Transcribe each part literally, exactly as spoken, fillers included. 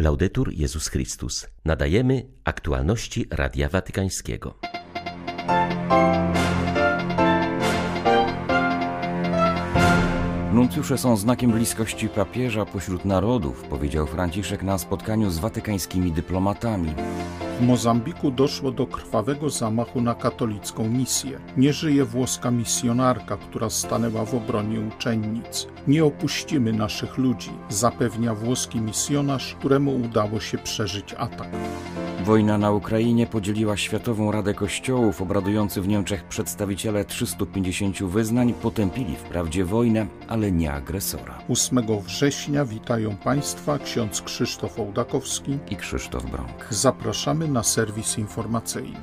Laudetur Jezus Chrystus. Nadajemy aktualności Radia Watykańskiego. Nuncjusze są znakiem bliskości papieża pośród narodów, powiedział Franciszek na spotkaniu z watykańskimi dyplomatami. W Mozambiku doszło do krwawego zamachu na katolicką misję. Nie żyje włoska misjonarka, która stanęła w obronie uczennic. Nie opuścimy naszych ludzi, zapewnia włoski misjonarz, któremu udało się przeżyć atak. Wojna na Ukrainie podzieliła Światową Radę Kościołów. Obradujący w Niemczech przedstawiciele trzystu pięćdziesięciu wyznań potępili wprawdzie wojnę, ale nie agresora. ósmego września witają Państwa ksiądz Krzysztof Ołdakowski i Krzysztof Brąk. Zapraszamy na serwis informacyjny.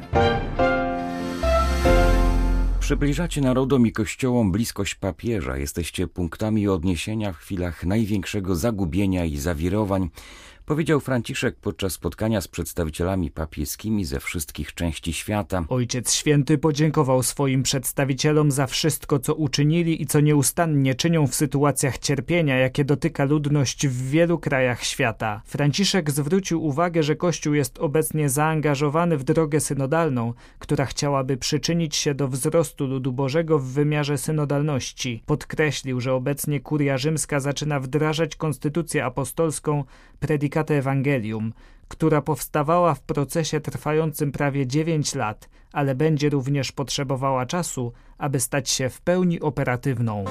Przybliżacie narodom i kościołom bliskość papieża. Jesteście punktami odniesienia w chwilach największego zagubienia i zawirowań, powiedział Franciszek podczas spotkania z przedstawicielami papieskimi ze wszystkich części świata. Ojciec Święty podziękował swoim przedstawicielom za wszystko, co uczynili i co nieustannie czynią w sytuacjach cierpienia, jakie dotyka ludność w wielu krajach świata. Franciszek zwrócił uwagę, że Kościół jest obecnie zaangażowany w drogę synodalną, która chciałaby przyczynić się do wzrostu ludu Bożego w wymiarze synodalności. Podkreślił, że obecnie Kuria Rzymska zaczyna wdrażać konstytucję apostolską Predicate Evangelium, która powstawała w procesie trwającym prawie dziewięć lat, ale będzie również potrzebowała czasu, aby stać się w pełni operatywną.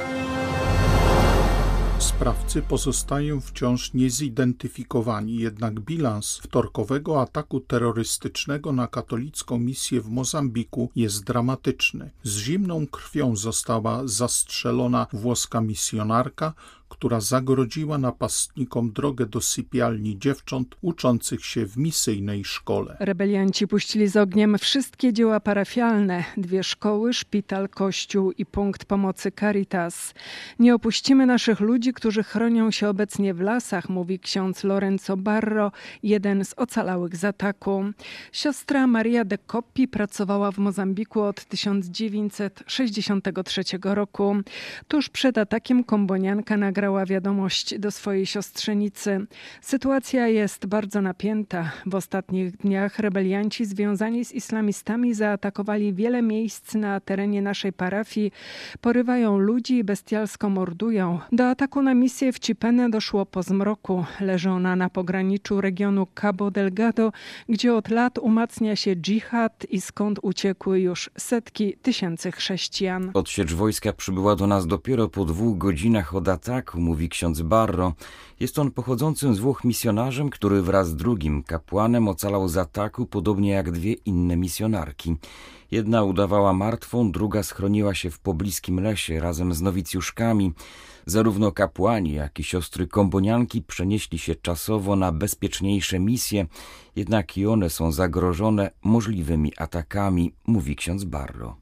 Sprawcy pozostają wciąż niezidentyfikowani, jednak bilans wtorkowego ataku terrorystycznego na katolicką misję w Mozambiku jest dramatyczny. Z zimną krwią została zastrzelona włoska misjonarka, która zagrodziła napastnikom drogę do sypialni dziewcząt uczących się w misyjnej szkole. Rebelianci puścili z ogniem wszystkie dzieła parafialne, dwie szkoły, szpital, kościół i punkt pomocy Caritas. Nie opuścimy naszych ludzi, którzy chronią się obecnie w lasach, mówi ksiądz Lorenzo Barro, jeden z ocalałych z ataku. Siostra Maria de Coppi pracowała w Mozambiku od tysiąc dziewięćset sześćdziesiątego trzeciego roku. Tuż przed atakiem kombonianka nagrała wiadomość do swojej siostrzenicy. Sytuacja jest bardzo napięta. W ostatnich dniach rebelianci związani z islamistami zaatakowali wiele miejsc na terenie naszej parafii, porywają ludzi i bestialsko mordują. Do ataku na misję w Chipene doszło po zmroku. Leży ona na pograniczu regionu Cabo Delgado, gdzie od lat umacnia się dżihad i skąd uciekły już setki tysięcy chrześcijan. Odsiecz wojska przybyła do nas dopiero po dwóch godzinach od ataku, mówi ksiądz Barro. Jest on pochodzącym z Włoch misjonarzem, który wraz z drugim kapłanem ocalał z ataku, podobnie jak dwie inne misjonarki. Jedna udawała martwą, druga schroniła się w pobliskim lesie razem z nowicjuszkami. Zarówno kapłani, jak i siostry kombonianki przenieśli się czasowo na bezpieczniejsze misje, jednak i one są zagrożone możliwymi atakami, mówi ksiądz Barro.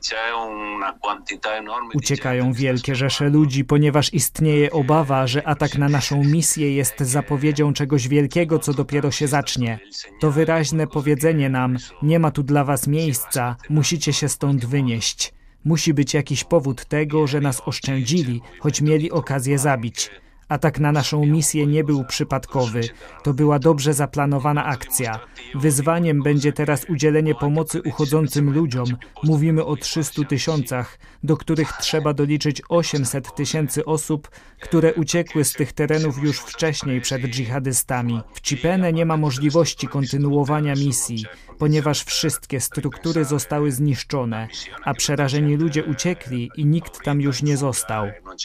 Uciekają wielkie rzesze ludzi, ponieważ istnieje obawa, że atak na naszą misję jest zapowiedzią czegoś wielkiego, co dopiero się zacznie. To wyraźne powiedzenie nam: nie ma tu dla was miejsca, musicie się stąd wynieść. Musi być jakiś powód tego, że nas oszczędzili, choć mieli okazję zabić. Atak na naszą misję nie był przypadkowy. To była dobrze zaplanowana akcja. Wyzwaniem będzie teraz udzielenie pomocy uchodzącym ludziom. Mówimy o trzystu tysiącach, do których trzeba doliczyć osiemset tysięcy osób, które uciekły z tych terenów już wcześniej przed dżihadystami. W Chipene nie ma możliwości kontynuowania misji, ponieważ wszystkie struktury zostały zniszczone, a przerażeni ludzie uciekli i nikt tam już nie został.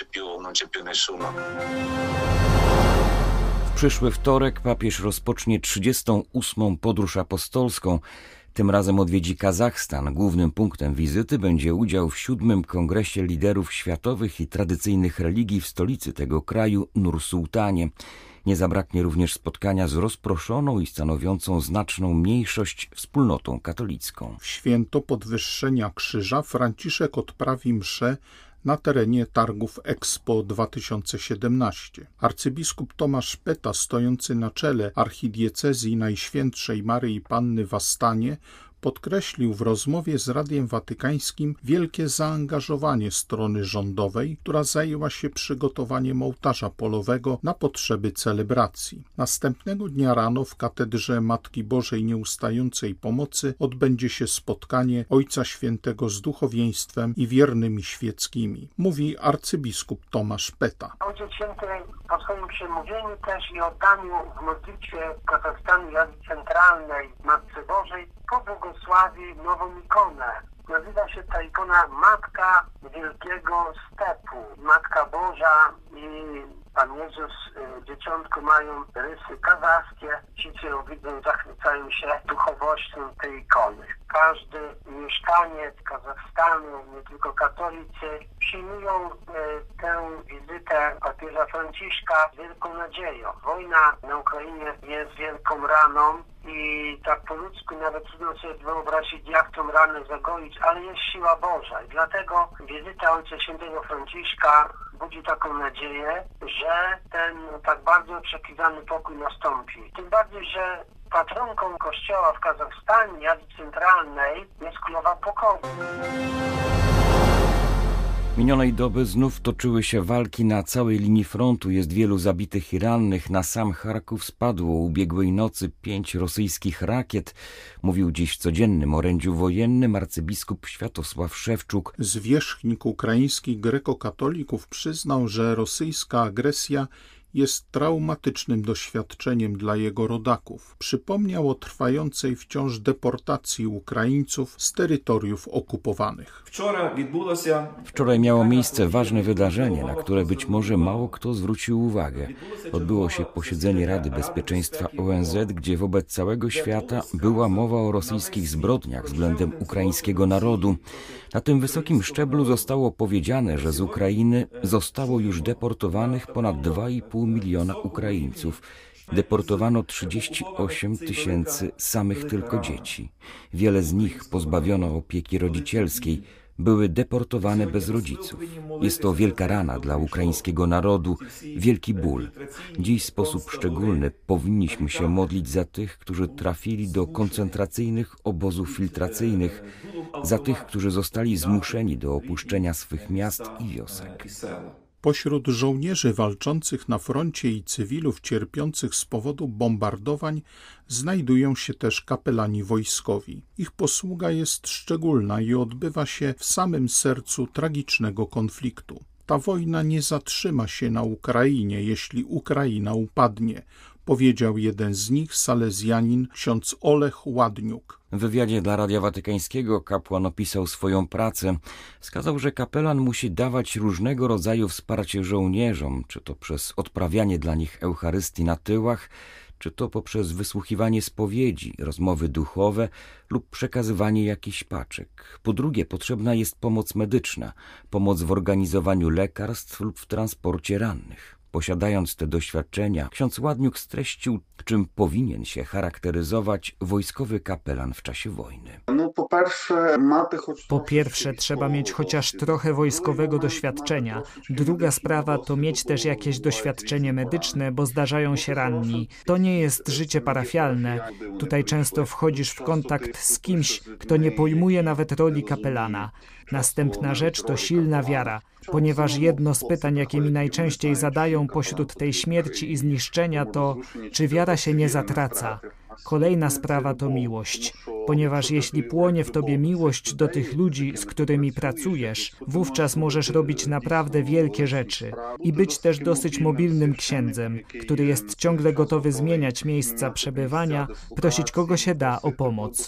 W przyszły wtorek papież rozpocznie trzydziestą ósmą podróż apostolską. Tym razem odwiedzi Kazachstan. Głównym punktem wizyty będzie udział w siódmym Kongresie Liderów Światowych i Tradycyjnych Religii w stolicy tego kraju, Nur-Sultanie. Nie zabraknie również spotkania z rozproszoną i stanowiącą znaczną mniejszość wspólnotą katolicką. W święto podwyższenia krzyża Franciszek odprawi mszę na terenie targów Expo dwa tysiące siedemnaście. Arcybiskup Tomasz Peta, stojący na czele archidiecezji Najświętszej Maryi Panny w Astanie, podkreślił w rozmowie z Radiem Watykańskim wielkie zaangażowanie strony rządowej, która zajęła się przygotowaniem ołtarza polowego na potrzeby celebracji. Następnego dnia rano w katedrze Matki Bożej Nieustającej Pomocy odbędzie się spotkanie Ojca Świętego z duchowieństwem i wiernymi świeckimi, mówi arcybiskup Tomasz Peta. Ojciec Święty po swoim przemówieniu też i oddaniu w modlitwie Kazachstanu i Azji Centralnej Matce Bożej pobłogosławi nową ikonę. Nazywa się ta ikona Matka Wielkiego Stepu. Matka Boża i Pan Jezus, dzieciątko mają rysy kazachskie. Ci, co ją widzą, zachwycają się duchowością tej ikony. Każdy mieszkaniec Kazachstanu, nie tylko katolicy, przyjmują tę wizytę papieża Franciszka z wielką nadzieją. Wojna na Ukrainie jest wielką raną i tak po ludzku nawet trudno sobie wyobrazić, jak tą ranę zagoić, ale jest siła Boża i dlatego wizyta Ojca Świętego Franciszka budzi taką nadzieję, że ten tak bardzo oczekiwany pokój nastąpi. Tym bardziej, że patronką kościoła w Kazachstanie i Azji Centralnej jest Królowa Pokoju. Minionej doby znów toczyły się walki na całej linii frontu. Jest wielu zabitych i rannych. Na sam Charków spadło ubiegłej nocy pięć rosyjskich rakiet. Mówił dziś w codziennym orędziu wojennym arcybiskup Światosław Szewczuk. Zwierzchnik ukraińskich grekokatolików przyznał, że rosyjska agresja jest traumatycznym doświadczeniem dla jego rodaków. Przypomniał o trwającej wciąż deportacji Ukraińców z terytoriów okupowanych. Wczoraj miało miejsce ważne wydarzenie, na które być może mało kto zwrócił uwagę. Odbyło się posiedzenie Rady Bezpieczeństwa O N Z, gdzie wobec całego świata była mowa o rosyjskich zbrodniach względem ukraińskiego narodu. Na tym wysokim szczeblu zostało powiedziane, że z Ukrainy zostało już deportowanych ponad dwa i pół miliona Ukraińców. Deportowano trzydzieści osiem tysięcy samych tylko dzieci. Wiele z nich pozbawiono opieki rodzicielskiej, były deportowane bez rodziców. Jest to wielka rana dla ukraińskiego narodu, wielki ból. Dziś w sposób szczególny powinniśmy się modlić za tych, którzy trafili do koncentracyjnych obozów filtracyjnych, za tych, którzy zostali zmuszeni do opuszczenia swych miast i wiosek. Pośród żołnierzy walczących na froncie i cywilów cierpiących z powodu bombardowań znajdują się też kapelani wojskowi. Ich posługa jest szczególna i odbywa się w samym sercu tragicznego konfliktu. Ta wojna nie zatrzyma się na Ukrainie, jeśli Ukraina upadnie, powiedział jeden z nich, salezjanin ksiądz Olech Ładniuk. W wywiadzie dla Radia Watykańskiego kapłan opisał swoją pracę. Wskazał, że kapelan musi dawać różnego rodzaju wsparcie żołnierzom, czy to przez odprawianie dla nich Eucharystii na tyłach, czy to poprzez wysłuchiwanie spowiedzi, rozmowy duchowe lub przekazywanie jakichś paczek. Po drugie, potrzebna jest pomoc medyczna, pomoc w organizowaniu lekarstw lub w transporcie rannych. Posiadając te doświadczenia, ksiądz Ładniuk streścił, czym powinien się charakteryzować wojskowy kapelan w czasie wojny. Po pierwsze, trzeba mieć chociaż trochę wojskowego doświadczenia. Druga sprawa to mieć też jakieś doświadczenie medyczne, bo zdarzają się ranni. To nie jest życie parafialne. Tutaj często wchodzisz w kontakt z kimś, kto nie pojmuje nawet roli kapelana. Następna rzecz to silna wiara, ponieważ jedno z pytań, jakie mi najczęściej zadają pośród tej śmierci i zniszczenia, to czy wiara się nie zatraca. Kolejna sprawa to miłość, ponieważ jeśli płonie w tobie miłość do tych ludzi, z którymi pracujesz, wówczas możesz robić naprawdę wielkie rzeczy i być też dosyć mobilnym księdzem, który jest ciągle gotowy zmieniać miejsca przebywania, prosić kogo się da o pomoc.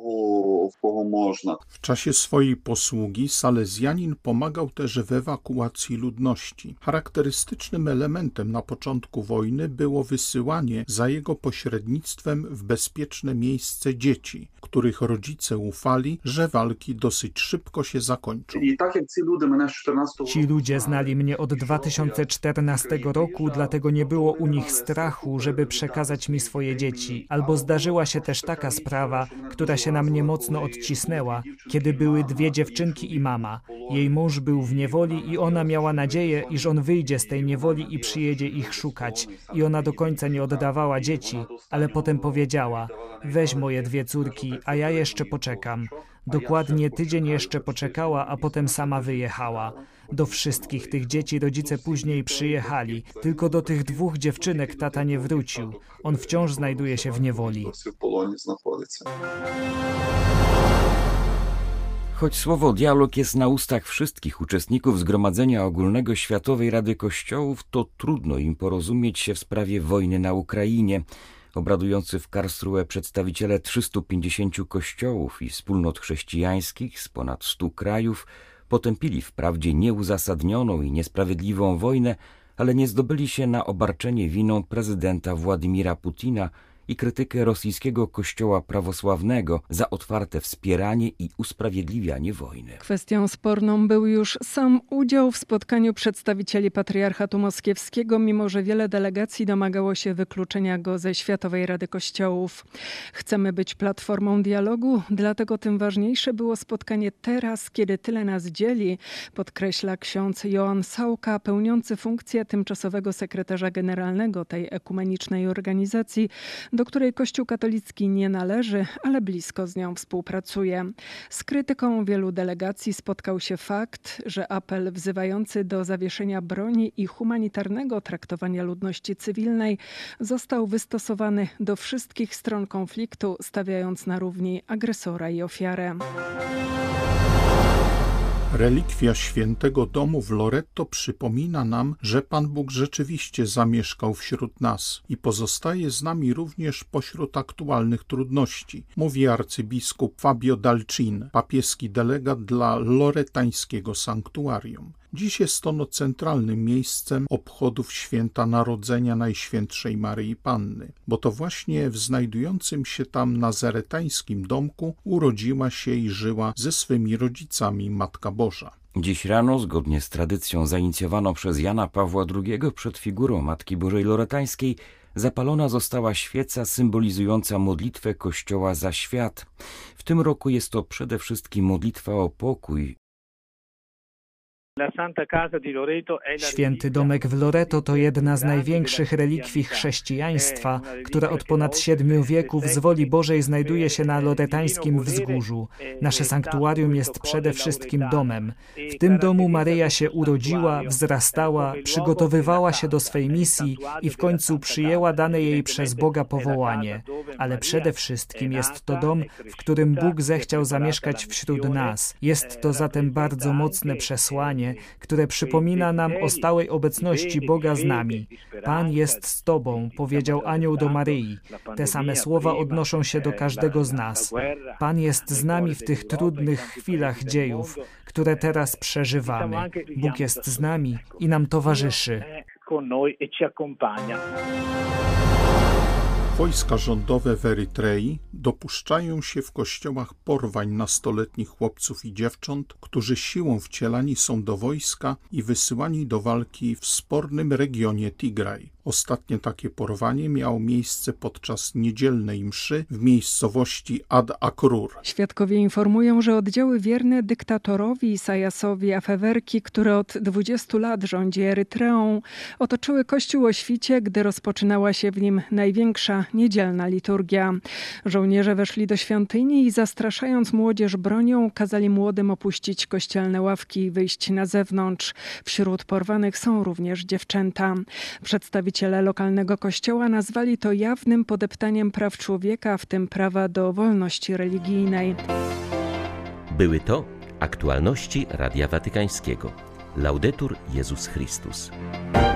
W czasie swojej posługi salezjanin pomagał też w ewakuacji ludności. Charakterystycznym elementem na początku wojny było wysyłanie za jego pośrednictwem w bezpieczne miejsce dzieci, których rodzice ufali, że walki dosyć szybko się zakończą. Ci ludzie znali mnie od dwa tysiące czternastego roku, dlatego nie było u nich strachu, żeby przekazać mi swoje dzieci. Albo zdarzyła się też taka sprawa, która się na mnie mocno odcisnęła, kiedy były dwie dziewczynki i mama. Jej mąż był w niewoli i ona miała nadzieję, iż on wyjdzie z tej niewoli i przyjedzie ich szukać. I ona do końca nie oddawała dzieci, ale potem powiedziała: weź moje dwie córki, dzieci, a ja jeszcze poczekam. Dokładnie tydzień jeszcze poczekała, a potem sama wyjechała. Do wszystkich tych dzieci rodzice później przyjechali. Tylko do tych dwóch dziewczynek tata nie wrócił. On wciąż znajduje się w niewoli. Choć słowo dialog jest na ustach wszystkich uczestników Zgromadzenia Ogólnego Światowej Rady Kościołów, to trudno im porozumieć się w sprawie wojny na Ukrainie. Obradujący w Karlsruhe przedstawiciele trzystu pięćdziesięciu kościołów i wspólnot chrześcijańskich z ponad stu krajów potępili wprawdzie nieuzasadnioną i niesprawiedliwą wojnę, ale nie zdobyli się na obarczenie winą prezydenta Władimira Putina i krytykę rosyjskiego kościoła prawosławnego za otwarte wspieranie i usprawiedliwianie wojny. Kwestią sporną był już sam udział w spotkaniu przedstawicieli Patriarchatu Moskiewskiego, mimo że wiele delegacji domagało się wykluczenia go ze Światowej Rady Kościołów. Chcemy być platformą dialogu, dlatego tym ważniejsze było spotkanie teraz, kiedy tyle nas dzieli, podkreśla ksiądz Joan Sauka, pełniący funkcję tymczasowego sekretarza generalnego tej ekumenicznej organizacji, do której Kościół katolicki nie należy, ale blisko z nią współpracuje. Z krytyką wielu delegacji spotkał się fakt, że apel wzywający do zawieszenia broni i humanitarnego traktowania ludności cywilnej został wystosowany do wszystkich stron konfliktu, stawiając na równi agresora i ofiarę. Relikwia Świętego Domu w Loreto przypomina nam, że Pan Bóg rzeczywiście zamieszkał wśród nas i pozostaje z nami również pośród aktualnych trudności, mówi arcybiskup Fabio Dalcin, papieski delegat dla loretańskiego sanktuarium. Dziś jest ono centralnym miejscem obchodów święta Narodzenia Najświętszej Maryi Panny, bo to właśnie w znajdującym się tam nazaretańskim domku urodziła się i żyła ze swymi rodzicami Matka Boża. Dziś rano, zgodnie z tradycją zainicjowaną przez Jana Pawła drugiego przed figurą Matki Bożej Loretańskiej, zapalona została świeca symbolizująca modlitwę Kościoła za świat. W tym roku jest to przede wszystkim modlitwa o pokój. Święty Domek w Loreto to jedna z największych relikwii chrześcijaństwa, która od ponad siedmiu wieków z woli Bożej znajduje się na loretańskim wzgórzu. Nasze sanktuarium jest przede wszystkim domem. W tym domu Maryja się urodziła, wzrastała, przygotowywała się do swej misji i w końcu przyjęła dane jej przez Boga powołanie. Ale przede wszystkim jest to dom, w którym Bóg zechciał zamieszkać wśród nas. Jest to zatem bardzo mocne przesłanie, które przypomina nam o stałej obecności Boga z nami. Pan jest z Tobą, powiedział anioł do Maryi. Te same słowa odnoszą się do każdego z nas. Pan jest z nami w tych trudnych chwilach dziejów, które teraz przeżywamy. Bóg jest z nami i nam towarzyszy. Wojska rządowe w Erytrei dopuszczają się w kościołach porwań nastoletnich chłopców i dziewcząt, którzy siłą wcielani są do wojska i wysyłani do walki w spornym regionie Tigraj. Ostatnie takie porwanie miało miejsce podczas niedzielnej mszy w miejscowości Ad Akrur. Świadkowie informują, że oddziały wierne dyktatorowi Isajasowi Afewerki, który od dwudziestu lat rządzi Erytreą, otoczyły kościół o świcie, gdy rozpoczynała się w nim największa niedzielna liturgia. Żołnierze weszli do świątyni i zastraszając młodzież bronią, kazali młodym opuścić kościelne ławki i wyjść na zewnątrz. Wśród porwanych są również dziewczęta. Przedstawiciele lokalnego kościoła nazwali to jawnym podeptaniem praw człowieka, w tym prawa do wolności religijnej. Były to aktualności Radia Watykańskiego. Laudetur Jezus Chrystus.